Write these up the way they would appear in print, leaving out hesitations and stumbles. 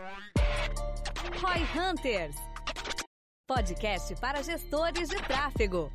Roy Hunters, podcast para gestores de tráfego.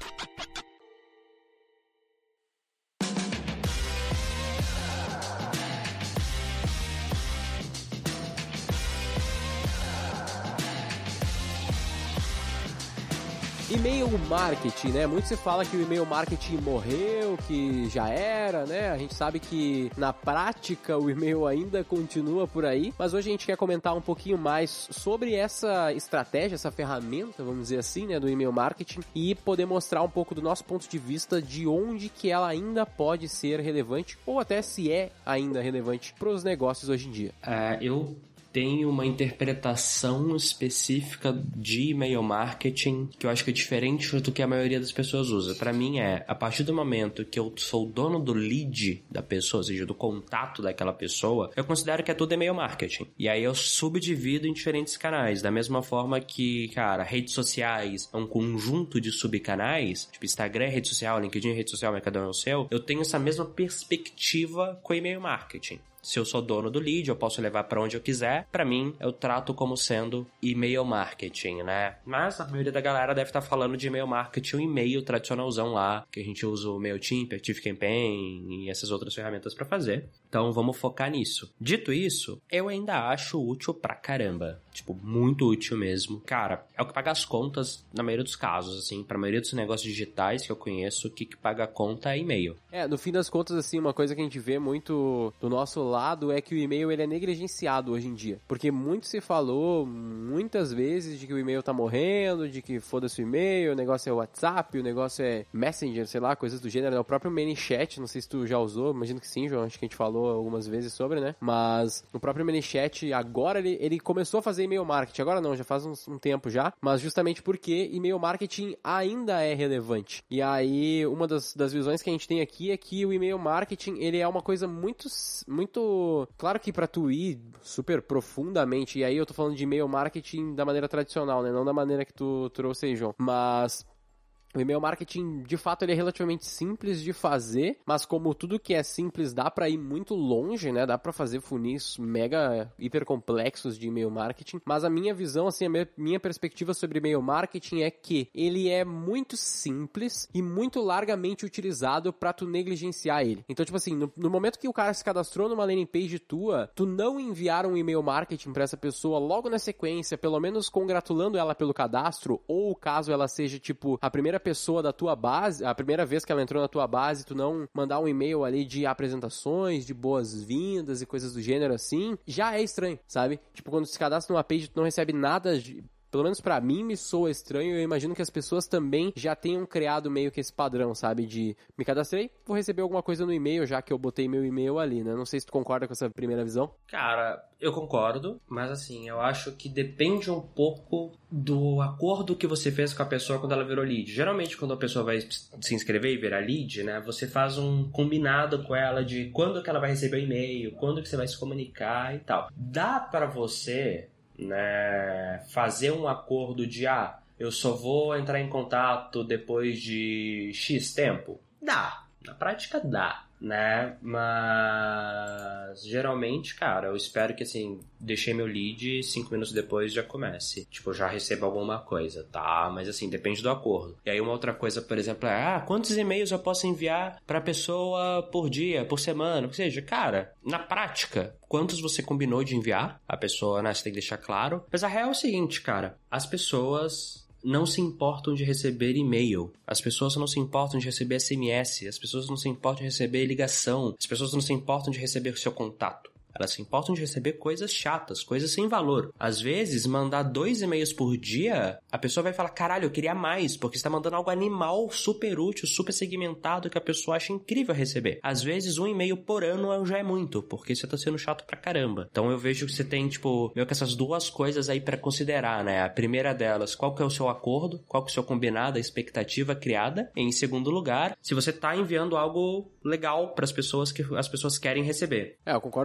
E-mail marketing, né? Muito se fala que o e-mail marketing morreu, que já era, né? A gente sabe que na prática o e-mail ainda continua por aí, mas hoje a gente quer comentar um pouquinho mais sobre essa estratégia, essa ferramenta, vamos dizer assim, né? Do e-mail marketing e poder mostrar um pouco do nosso ponto de vista de onde que ela ainda pode ser relevante ou até se é ainda relevante para os negócios hoje em dia. Eu tenho uma interpretação específica de e-mail marketing que eu acho que é diferente do que a maioria das pessoas usa. Para mim a partir do momento que eu sou dono do lead da pessoa, ou seja, do contato daquela pessoa, eu considero que é tudo e-mail marketing. E aí eu subdivido em diferentes canais, da mesma forma que, cara, redes sociais é um conjunto de subcanais, tipo Instagram é rede social, LinkedIn é rede social, Mercadão é o seu, eu tenho essa mesma perspectiva com e-mail marketing. Se eu sou dono do lead, eu posso levar para onde eu quiser. Para mim, eu trato como sendo e-mail marketing, né? Mas a maioria da galera deve estar falando de e-mail marketing, um e-mail tradicionalzão lá, que a gente usa o MailChimp, ActiveCampaign e essas outras ferramentas para fazer. Então, vamos focar nisso. Dito isso, eu ainda acho útil pra caramba. Tipo, muito útil mesmo. Cara, é o que paga as contas na maioria dos casos, assim. Pra maioria dos negócios digitais que eu conheço, o que paga a conta é e-mail. No fim das contas, assim, uma coisa que a gente vê muito do nosso lado é que o e-mail ele é negligenciado hoje em dia. Porque muito se falou muitas vezes de que o e-mail tá morrendo, de que foda-se o e-mail, o negócio é WhatsApp, o negócio é Messenger, sei lá, coisas do gênero. O próprio ManyChat, não sei se tu já usou, imagino que sim, João, acho que a gente falou algumas vezes sobre, né? Mas o próprio ManyChat, agora ele começou a fazer e-mail marketing. Agora não, já faz um tempo já. Mas justamente porque e-mail marketing ainda é relevante. E aí, uma das visões que a gente tem aqui é que o e-mail marketing, ele é uma coisa muito claro que pra tu ir super profundamente, e aí eu tô falando de e-mail marketing da maneira tradicional, né? Não da maneira que tu trouxe aí, João. Mas o e-mail marketing, de fato, ele é relativamente simples de fazer, mas como tudo que é simples dá pra ir muito longe, né? Dá pra fazer funis mega, hiper complexos de e-mail marketing, mas a minha visão, assim, a minha perspectiva sobre e-mail marketing é que ele é muito simples e muito largamente utilizado pra tu negligenciar ele. Então, tipo assim, no momento que o cara se cadastrou numa landing page tua, tu não enviar um e-mail marketing pra essa pessoa logo na sequência, pelo menos congratulando ela pelo cadastro, ou caso ela seja, tipo, a primeira pessoa da tua base, a primeira vez que ela entrou na tua base, tu não mandar um e-mail ali de apresentações, de boas-vindas e coisas do gênero assim, já é estranho, sabe? Tipo, quando tu se cadastra numa page, tu não recebe nada pelo menos pra mim me soa estranho, eu imagino que as pessoas também já tenham criado meio que esse padrão, sabe, de me cadastrei, vou receber alguma coisa no e-mail já que eu botei meu e-mail ali, né? Não sei se tu concorda com essa primeira visão. Cara, eu concordo, mas assim, eu acho que depende um pouco do acordo que você fez com a pessoa quando ela virou lead. Geralmente, quando a pessoa vai se inscrever e virar lead, né, você faz um combinado com ela de quando que ela vai receber o e-mail, quando que você vai se comunicar e tal. Dá pra você, né, fazer um acordo de eu só vou entrar em contato depois de X tempo? Dá, na prática dá, né, mas geralmente, cara, eu espero que assim, deixei meu lead 5 minutos depois já comece, tipo, já recebo alguma coisa, tá, mas assim, depende do acordo. E aí uma outra coisa, por exemplo, é, quantos e-mails eu posso enviar pra pessoa por dia, por semana, ou seja, cara, na prática, quantos você combinou de enviar? A pessoa, né, você tem que deixar claro, mas a real é o seguinte, cara, as pessoas não se importam de receber e-mail. As pessoas não se importam de receber SMS. As pessoas não se importam de receber ligação. As pessoas não se importam de receber seu contato. Elas se importam de receber coisas chatas, coisas sem valor. Às vezes, mandar 2 e-mails por dia, a pessoa vai falar, caralho, eu queria mais, porque você tá mandando algo animal, super útil, super segmentado, que a pessoa acha incrível receber. Às vezes, 1 e-mail por ano já é muito, porque você tá sendo chato pra caramba. Então eu vejo que você tem, tipo, meio que essas duas coisas aí pra considerar, né? A primeira delas, qual que é o seu acordo, qual que é o seu combinado, a expectativa criada. E, em segundo lugar, se você tá enviando algo legal pras pessoas que as pessoas querem receber. Eu concordo plenamente.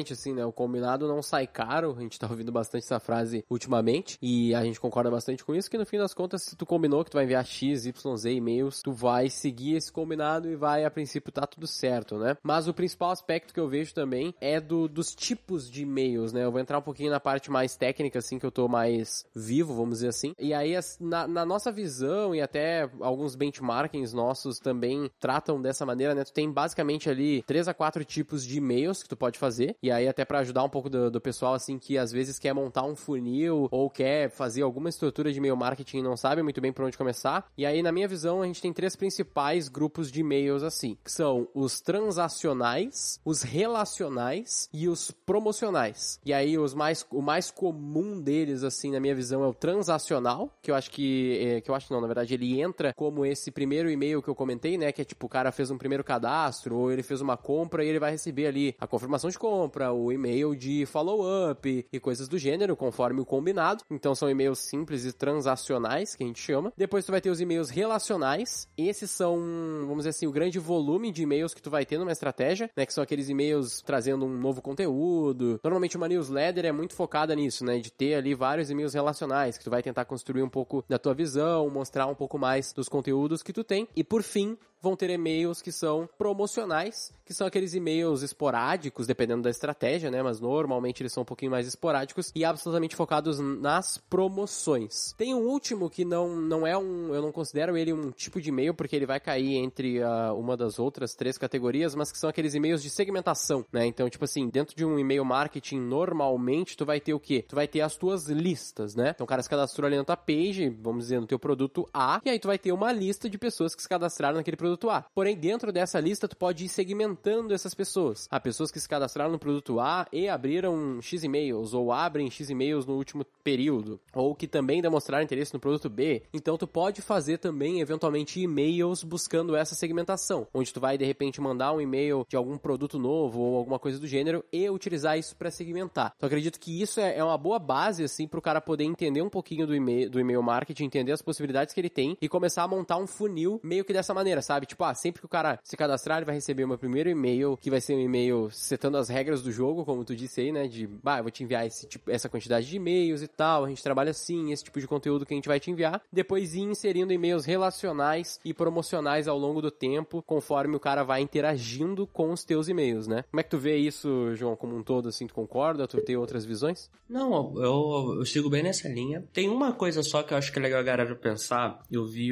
realmente, assim, né, o combinado não sai caro, a gente tá ouvindo bastante essa frase ultimamente, e a gente concorda bastante com isso, que no fim das contas, se tu combinou que tu vai enviar X, Y, Z e-mails, tu vai seguir esse combinado e vai, a princípio, tá tudo certo, né? Mas o principal aspecto que eu vejo também é dos tipos de e-mails, né? Eu vou entrar um pouquinho na parte mais técnica, assim, que eu tô mais vivo, vamos dizer assim, e aí, na nossa visão e até alguns benchmarkings nossos também tratam dessa maneira, né? Tu tem basicamente ali 3 a 4 tipos de e-mails que tu pode fazer, e aí até pra ajudar um pouco do pessoal, assim, que às vezes quer montar um funil ou quer fazer alguma estrutura de e-mail marketing e não sabe muito bem por onde começar. E aí, na minha visão, a gente tem 3 principais grupos de e-mails, assim, que são os transacionais, os relacionais e os promocionais. E aí, o mais comum deles, assim, na minha visão, é o transacional, que eu acho que não, na verdade, ele entra como esse primeiro e-mail que eu comentei, né, que é tipo, o cara fez um primeiro cadastro, ou ele fez uma compra e ele vai receber ali a confirmação de compra, o e-mail de follow-up e coisas do gênero, conforme o combinado. Então, são e-mails simples e transacionais, que a gente chama. Depois, tu vai ter os e-mails relacionais. Esses são, vamos dizer assim, o grande volume de e-mails que tu vai ter numa estratégia, né, que são aqueles e-mails trazendo um novo conteúdo. Normalmente, uma newsletter é muito focada nisso, né, de ter ali vários e-mails relacionais, que tu vai tentar construir um pouco da tua visão, mostrar um pouco mais dos conteúdos que tu tem. E, por fim, vão ter e-mails que são promocionais, que são aqueles e-mails esporádicos, dependendo da estratégia, né? Mas normalmente eles são um pouquinho mais esporádicos e absolutamente focados nas promoções. Tem um último que não é eu não considero ele um tipo de e-mail, porque ele vai cair entre uma das outras 3 categorias, mas que são aqueles e-mails de segmentação, né? Então, tipo assim, dentro de um e-mail marketing, normalmente, tu vai ter o quê? Tu vai ter as tuas listas, né? Então, o cara se cadastrou ali na tua page, vamos dizer, no teu produto A, e aí tu vai ter uma lista de pessoas que se cadastraram naquele produto A. Porém, dentro dessa lista, tu pode ir segmentando essas pessoas. Há pessoas que se cadastraram no produto A e abriram X e-mails, ou abrem X e-mails no último período, ou que também demonstraram interesse no produto B. Então, tu pode fazer também, eventualmente, e-mails buscando essa segmentação, onde tu vai, de repente, mandar um e-mail de algum produto novo ou alguma coisa do gênero e utilizar isso para segmentar. Então, acredito que isso é uma boa base, assim, para o cara poder entender um pouquinho do e-mail marketing, entender as possibilidades que ele tem e começar a montar um funil meio que dessa maneira, sabe? Tipo, sempre que o cara se cadastrar, ele vai receber o meu primeiro e-mail, que vai ser um e-mail setando as regras do jogo, como tu disse aí, né? De, eu vou te enviar essa quantidade de e-mails e tal, a gente trabalha assim, esse tipo de conteúdo que a gente vai te enviar. Depois ir inserindo e-mails relacionais e promocionais ao longo do tempo, conforme o cara vai interagindo com os teus e-mails, né? Como é que tu vê isso, João, como um todo, assim, tu concorda? Tu tem outras visões? Não, eu sigo bem nessa linha. Tem uma coisa só que eu acho que é legal a galera pensar. Eu vi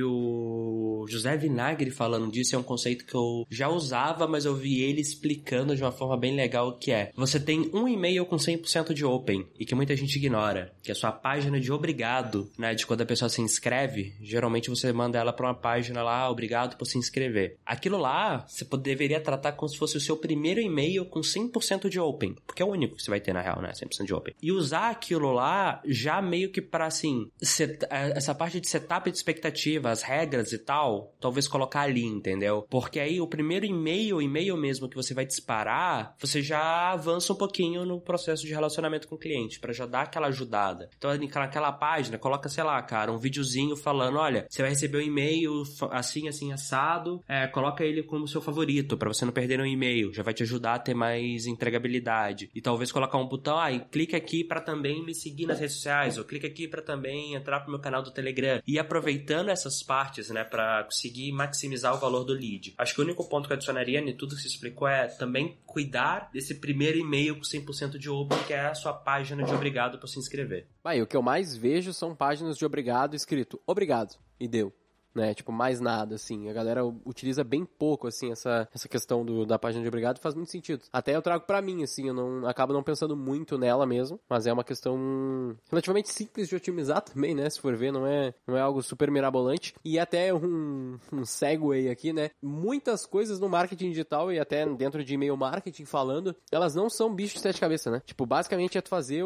o José Vinagre falando disso, é um conceito que eu já usava, mas eu vi ele explicando de uma forma bem legal, que é, você tem um e-mail com 100% de open, e que muita gente ignora, que é a sua página de obrigado, né, de quando a pessoa se inscreve, geralmente você manda ela pra uma página lá, obrigado por se inscrever. Aquilo lá, você deveria tratar como se fosse o seu primeiro e-mail com 100% de open, porque é o único que você vai ter na real, né, 100% de open. E usar aquilo lá, já meio que pra, assim, essa parte de setup de expectativa, as regras e tal, talvez colocar ali, entendeu? Porque aí o primeiro e-mail mesmo que você vai disparar, você já avança um pouquinho no processo de relacionamento com o cliente, pra já dar aquela ajudada. Então, naquela página, coloca, sei lá, cara, um videozinho falando, olha, você vai receber um e-mail assim, assim, assado, coloca ele como seu favorito, pra você não perder um e-mail, já vai te ajudar a ter mais entregabilidade. E talvez colocar um botão, clica aqui pra também me seguir nas redes sociais, ou clica aqui pra também entrar pro meu canal do Telegram. E aproveitando essas partes, né, pra conseguir maximizar o valor do lead. Acho que o único ponto que eu adicionaria em tudo que se explicou é também cuidar desse primeiro e-mail com 100% de open, que é a sua página de obrigado por se inscrever. E o que eu mais vejo são páginas de obrigado escrito obrigado, e deu. Né, tipo, mais nada, assim, a galera utiliza bem pouco, assim, essa questão da página de obrigado, faz muito sentido. Até eu trago pra mim, assim, eu acabo não pensando muito nela mesmo, mas é uma questão relativamente simples de otimizar também, né, se for ver, não é algo super mirabolante. E até um segue aqui, né, muitas coisas no marketing digital e até dentro de e-mail marketing falando, elas não são bicho de 7 cabeças, né, tipo, basicamente é tu fazer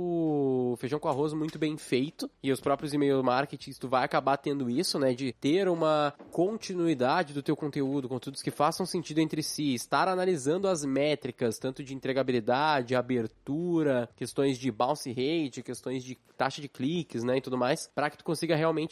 o feijão com arroz muito bem feito, e os próprios e-mail marketing, tu vai acabar tendo isso, né, de ter uma continuidade do teu conteúdos que façam sentido entre si, estar analisando as métricas, tanto de entregabilidade, abertura, questões de bounce rate, questões de taxa de cliques, né, e tudo mais, para que tu consiga realmente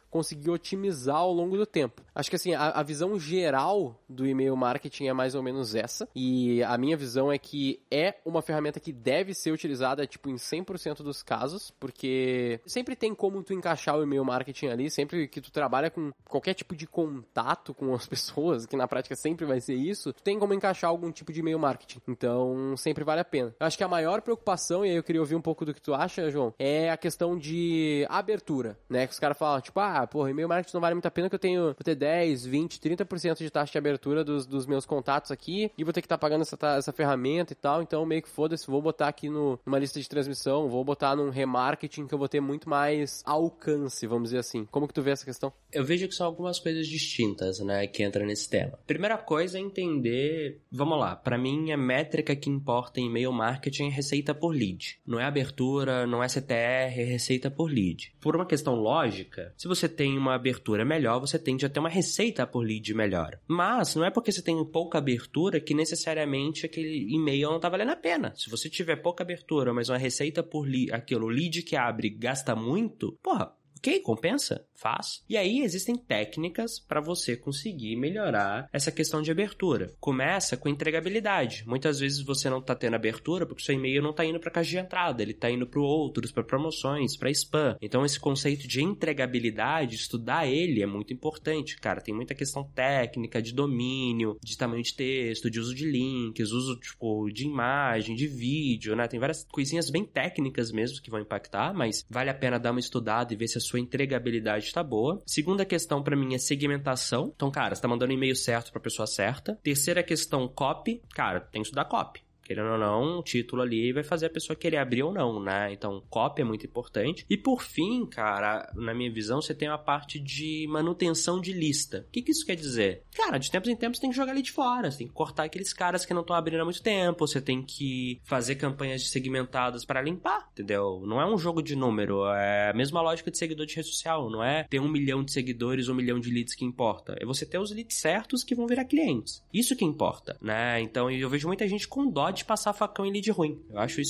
conseguir otimizar ao longo do tempo. Acho que assim, a visão geral do e-mail marketing é mais ou menos essa, e a minha visão é que é uma ferramenta que deve ser utilizada, tipo, em 100% dos casos, porque sempre tem como tu encaixar o e-mail marketing ali, sempre que tu trabalha com qualquer tipo de contato com as pessoas, que na prática sempre vai ser isso, tu tem como encaixar algum tipo de e-mail marketing. Então, sempre vale a pena. Eu acho que a maior preocupação, e aí eu queria ouvir um pouco do que tu acha, João, é a questão de abertura, né? Que os caras falam, tipo, e-mail marketing não vale muito a pena que vou ter 10, 20, 30% de taxa de abertura dos meus contatos aqui e vou ter que estar pagando essa ferramenta e tal, então meio que foda-se, vou botar aqui numa lista de transmissão, vou botar num remarketing que eu vou ter muito mais alcance, vamos dizer assim. Como que tu vê essa questão? Eu vejo que são algumas coisas distintas, né, que entram nesse tema. Primeira coisa é entender, vamos lá, pra mim a métrica que importa em e-mail marketing é receita por lead. Não é abertura, não é CTR, é receita por lead. Por uma questão lógica, se você tem uma abertura melhor, você tende a ter uma receita por lead melhor. Mas não é porque você tem pouca abertura que necessariamente aquele e-mail não tá valendo a pena. Se você tiver pouca abertura, mas uma receita por lead, aquilo, lead que abre gasta muito, ok, compensa, faz. E aí existem técnicas para você conseguir melhorar essa questão de abertura. Começa com entregabilidade. Muitas vezes você não tá tendo abertura porque seu e-mail não tá indo para caixa de entrada, ele tá indo para outros, para promoções, para spam. Então esse conceito de entregabilidade, estudar ele é muito importante, cara. Tem muita questão técnica de domínio, de tamanho de texto, de uso de links, uso tipo de imagem, de vídeo, né? Tem várias coisinhas bem técnicas mesmo que vão impactar, mas vale a pena dar uma estudada e ver se a sua entregabilidade está boa. Segunda questão para mim é segmentação. Então, cara, você tá mandando o e-mail certo para a pessoa certa. Terceira questão, copy. Cara, tem que estudar copy. Querendo ou não, o título ali vai fazer a pessoa querer abrir ou não, né? Então, copy é muito importante. E por fim, cara, na minha visão, você tem uma parte de manutenção de lista. O que isso quer dizer? Cara, de tempos em tempos você tem que jogar ali de fora. Você tem que cortar aqueles caras que não estão abrindo há muito tempo. Você tem que fazer campanhas segmentadas para limpar, entendeu? Não é um jogo de número. É a mesma lógica de seguidor de rede social. Não é ter 1 milhão de seguidores, 1 milhão de leads que importa. É você ter os leads certos que vão virar clientes. Isso que importa, né? Então, eu vejo muita gente com dó de passar facão em lead ruim. Eu acho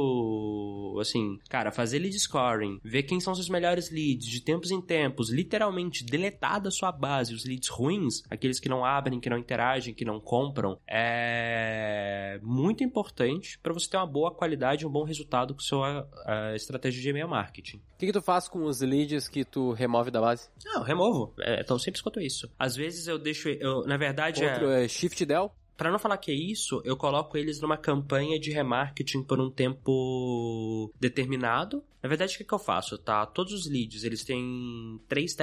isso, assim, cara, fazer lead scoring, ver quem são os melhores leads de tempos em tempos, literalmente deletar da sua base os leads ruins, aqueles que não abrem, que não interagem, que não compram, é muito importante para você ter uma boa qualidade, um bom resultado com sua estratégia de e-mail marketing. O que tu faz com os leads que tu remove da base? Não, eu removo. Tão simples quanto isso. Às vezes eu deixo, na verdade Outro é Shift Del? Pra não falar que é isso, eu coloco eles numa campanha de remarketing por um tempo determinado. Na verdade, o que eu faço, tá? Todos os leads, eles têm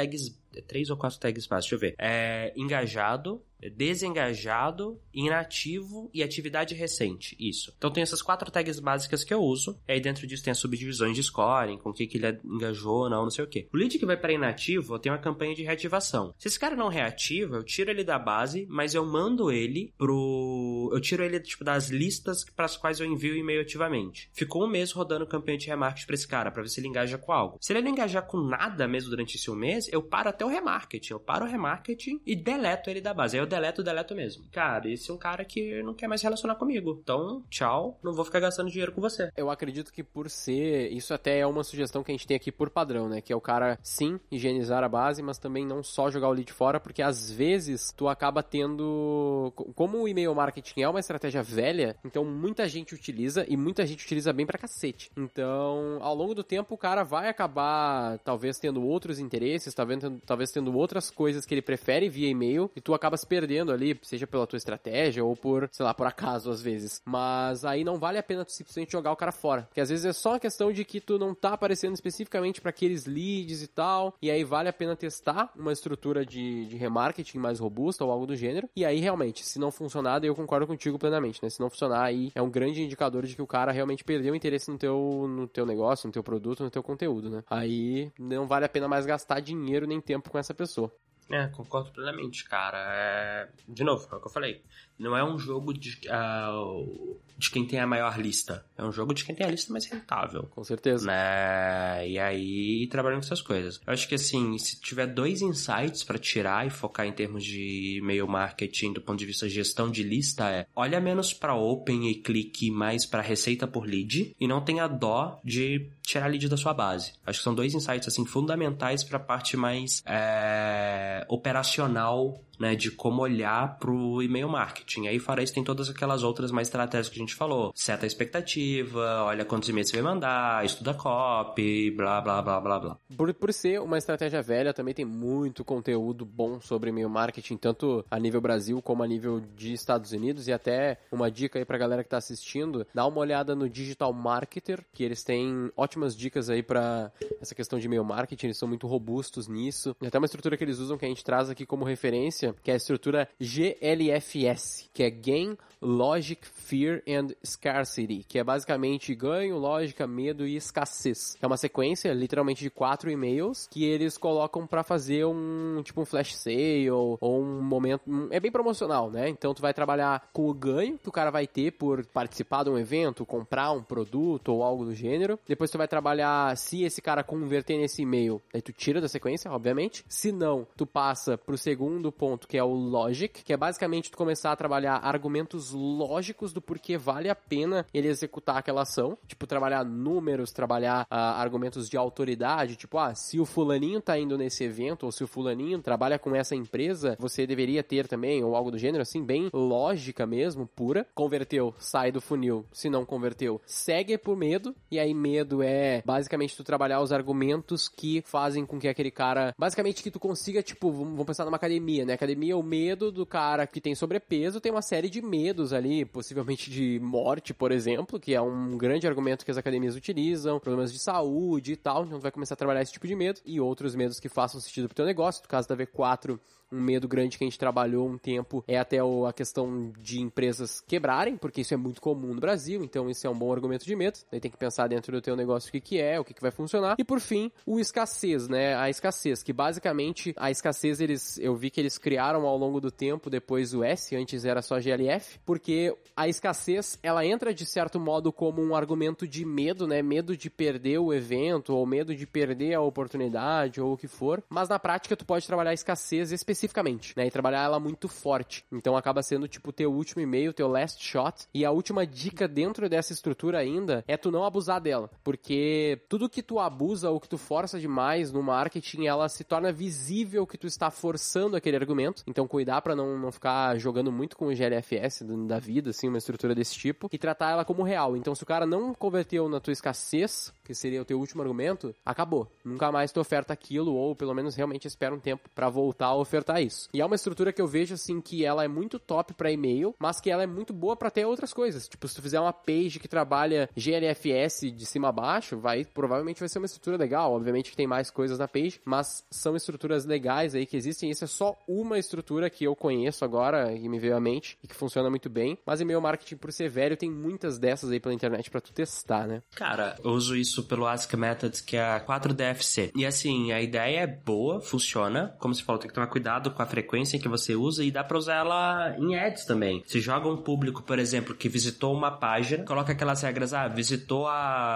3 ou 4 tags básicos, deixa eu ver. Engajado, desengajado, inativo e atividade recente, isso. Então tem essas 4 tags básicas que eu uso, e aí dentro disso tem as subdivisões de scoring, com o que ele engajou, não sei o que. O lead que vai para inativo, eu tenho uma campanha de reativação. Se esse cara não reativa, eu tiro ele da base, mas eu mando ele eu tiro ele, tipo, das listas para as quais eu envio o e-mail ativamente. Ficou um mês rodando campanha de remarketing pra esse cara, pra ver se ele engaja com algo. Se ele não engajar com nada mesmo durante esse mês, eu paro até o remarketing. Eu paro o remarketing e deleto ele da base. Aí eu deleto mesmo. Cara, esse é um cara que não quer mais relacionar comigo. Então, tchau, não vou ficar gastando dinheiro com você. Eu acredito que por ser... Isso até é uma sugestão que a gente tem aqui por padrão, né? Que é o cara, sim, higienizar a base, mas também não só jogar o lead fora, porque às vezes tu acaba tendo... Como o e-mail marketing é uma estratégia velha, então muita gente utiliza e muita gente utiliza bem pra cacete. Então, ao longo do tempo, o cara vai acabar talvez tendo outros interesses, talvez tendo outras coisas que ele prefere via e-mail, e tu acaba se perdendo ali, seja pela tua estratégia ou por, sei lá, por acaso às vezes. Mas aí não vale a pena tu simplesmente jogar o cara fora, porque às vezes é só uma questão de que tu não tá aparecendo especificamente pra aqueles leads e tal, e aí vale a pena testar uma estrutura de remarketing mais robusta ou algo do gênero, e aí realmente, se não funcionar, eu concordo contigo plenamente, né? Se não funcionar, aí é um grande indicador de que o cara realmente perdeu o interesse no teu negócio, no teu produto, no teu conteúdo, né? Aí não vale a pena mais gastar dinheiro nem tempo com essa pessoa. Concordo plenamente, cara. De novo, é o que eu falei. Não é um jogo de quem tem a maior lista. É um jogo de quem tem a lista mais rentável. Com certeza. Né? E aí, trabalhando com essas coisas. Eu acho que, assim, se tiver 2 insights pra tirar e focar em termos de e-mail marketing do ponto de vista de gestão de lista, olha menos pra open e clique mais pra receita por lead e não tenha dó de tirar lead da sua base. Acho que são 2 insights, assim, fundamentais para a parte mais operacional, né, de como olhar pro e-mail marketing. Aí fora isso tem todas aquelas outras mais estratégias que a gente falou. Seta a expectativa, olha quantos e-mails você vai mandar, estuda copy, blá, blá, blá, blá, blá. Por ser uma estratégia velha, também tem muito conteúdo bom sobre e-mail marketing, tanto a nível Brasil como a nível de Estados Unidos, e até uma dica aí pra galera que tá assistindo, dá uma olhada no Digital Marketer, que eles têm ótimas dicas aí pra essa questão de e-mail marketing, eles são muito robustos nisso. E até uma estrutura que eles usam que a gente traz aqui como referência, que é a estrutura GLFS, que é Gain, Logic, Fear and Scarcity, que é basicamente ganho, lógica, medo e escassez. É uma sequência, literalmente, de 4 e-mails que eles colocam pra fazer um flash sale ou um momento... É bem promocional, né? Então tu vai trabalhar com o ganho que o cara vai ter por participar de um evento, comprar um produto ou algo do gênero. Depois tu vai trabalhar se esse cara converter nesse e-mail, aí tu tira da sequência, obviamente. Se não, tu passa pro segundo ponto, que é o Logic, que é basicamente tu começar a trabalhar argumentos lógicos do porquê vale a pena ele executar aquela ação. Tipo, trabalhar números, trabalhar argumentos de autoridade, tipo, se o fulaninho tá indo nesse evento, ou se o fulaninho trabalha com essa empresa, você deveria ter também, ou algo do gênero, assim, bem lógica mesmo, pura. Converteu, sai do funil. Se não converteu, segue por medo, e aí medo é basicamente tu trabalhar os argumentos que fazem com que aquele cara, basicamente que tu consiga, tipo, vamos pensar numa academia, né? Academia é o medo do cara que tem sobrepeso, tem uma série de medos ali, possivelmente de morte, por exemplo, que é um grande argumento que as academias utilizam, problemas de saúde e tal, então tu vai começar a trabalhar esse tipo de medo, e outros medos que façam sentido pro teu negócio. No caso da V4, um medo grande que a gente trabalhou um tempo é até a questão de empresas quebrarem, porque isso é muito comum no Brasil, então isso é um bom argumento de medo. Daí tem que pensar dentro do teu negócio o que é, o que vai funcionar. E por fim, o escassez, né? A escassez, que basicamente a escassez eu vi que eles criaram ao longo do tempo, depois o S, antes era só GLF, porque a escassez, ela entra de certo modo como um argumento de medo, né? Medo de perder o evento, ou medo de perder a oportunidade, ou o que for. Mas na prática tu pode trabalhar a escassez especificamente, né? E trabalhar ela muito forte. Então acaba sendo tipo o teu último e-mail, teu last shot. E a última dica dentro dessa estrutura ainda é tu não abusar dela. Porque tudo que tu abusa ou que tu força demais no marketing, ela se torna visível que tu está forçando aquele argumento. Então cuidar pra não ficar jogando muito com o GLFS da vida, assim, uma estrutura desse tipo. E tratar ela como real. Então se o cara não converteu na tua escassez, que seria o teu último argumento, acabou. Nunca mais tu oferta aquilo, ou pelo menos realmente espera um tempo pra voltar a ofertar isso. E é uma estrutura que eu vejo, assim, que ela é muito top pra e-mail, mas que ela é muito boa pra ter outras coisas. Tipo, se tu fizer uma page que trabalha GLFS de cima a baixo, provavelmente vai ser uma estrutura legal. Obviamente que tem mais coisas na page, mas são estruturas legais aí que existem. Isso é só uma estrutura que eu conheço agora, e me veio à mente, e que funciona muito bem. Mas e-mail marketing, por ser velho, tem muitas dessas aí pela internet pra tu testar, né? Cara, eu uso isso pelo Ask Methods, que é a 4DFC. E assim, a ideia é boa, funciona. Como você falou, tem que tomar cuidado com a frequência que você usa, e dá pra usar ela em ads também. Se joga um público, por exemplo, que visitou uma página, coloca aquelas regras, visitou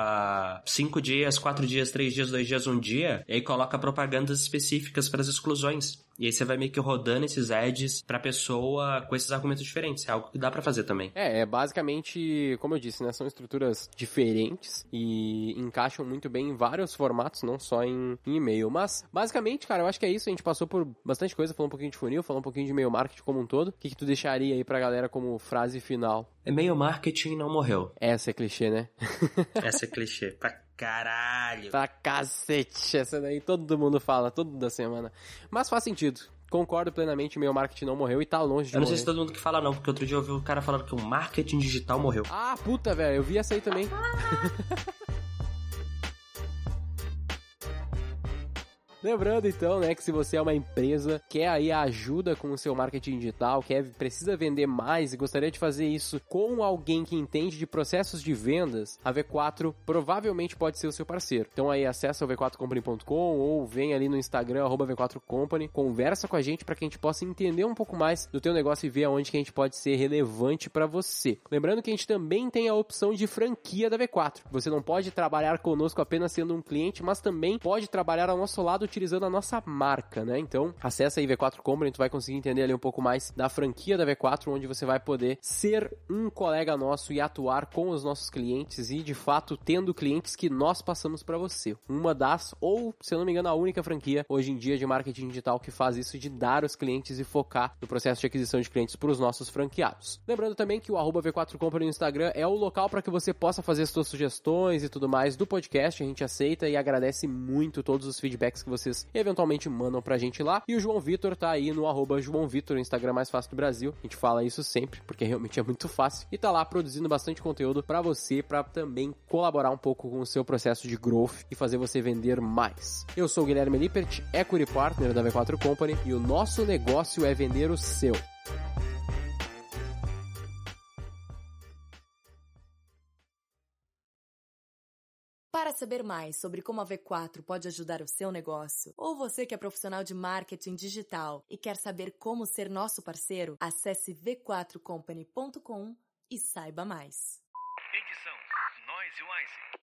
há 5 dias, 4 dias, 3 dias, 2 dias, 1 dia, e aí coloca propagandas específicas para as exclusões. E aí você vai meio que rodando esses ads pra pessoa com esses argumentos diferentes. É algo que dá pra fazer também. É basicamente, como eu disse, né? São estruturas diferentes e encaixam muito bem em vários formatos, não só em e-mail. Mas, basicamente, cara, eu acho que é isso. A gente passou por bastante coisa, falou um pouquinho de funil, falou um pouquinho de e-mail marketing como um todo. O que tu deixaria aí pra galera como frase final? E-mail marketing não morreu. Essa é clichê, né? Essa é clichê. Pra caralho. Pra cacete. Essa daí todo mundo fala, toda semana. Mas faz sentido. Concordo plenamente, o meu marketing não morreu e tá longe de morrer. Eu não sei se todo mundo que fala não, porque outro dia eu ouvi o cara falando que o marketing digital morreu. Ah, puta, velho, eu vi essa aí também. Lembrando então, né, que se você é uma empresa, quer aí a ajuda com o seu marketing digital, precisa vender mais e gostaria de fazer isso com alguém que entende de processos de vendas, a V4 provavelmente pode ser o seu parceiro. Então aí acessa o v4company.com ou vem ali no Instagram, @v4company, conversa com a gente para que a gente possa entender um pouco mais do teu negócio e ver aonde que a gente pode ser relevante para você. Lembrando que a gente também tem a opção de franquia da V4. Você não pode trabalhar conosco apenas sendo um cliente, mas também pode trabalhar ao nosso lado utilizando a nossa marca, né? Então, acessa aí V4 Company, tu vai conseguir entender ali um pouco mais da franquia da V4, onde você vai poder ser um colega nosso e atuar com os nossos clientes e, de fato, tendo clientes que nós passamos para você. Uma das, ou, se eu não me engano, a única franquia hoje em dia de marketing digital que faz isso, de dar os clientes e focar no processo de aquisição de clientes para os nossos franqueados. Lembrando também que o @V4 Company no Instagram é o local para que você possa fazer as suas sugestões e tudo mais do podcast. A gente aceita e agradece muito todos os feedbacks que vocês eventualmente mandam pra gente lá. E o João Vitor tá aí no @João Vitor, o Instagram mais fácil do Brasil. A gente fala isso sempre, porque realmente é muito fácil. E tá lá produzindo bastante conteúdo pra você, pra também colaborar um pouco com o seu processo de growth e fazer você vender mais. Eu sou o Guilherme Lippert, Equity Partner da V4 Company, e o nosso negócio é vender o seu. Para saber mais sobre como a V4 pode ajudar o seu negócio, ou você que é profissional de marketing digital e quer saber como ser nosso parceiro, acesse v4company.com e saiba mais. Edição Noise Wise.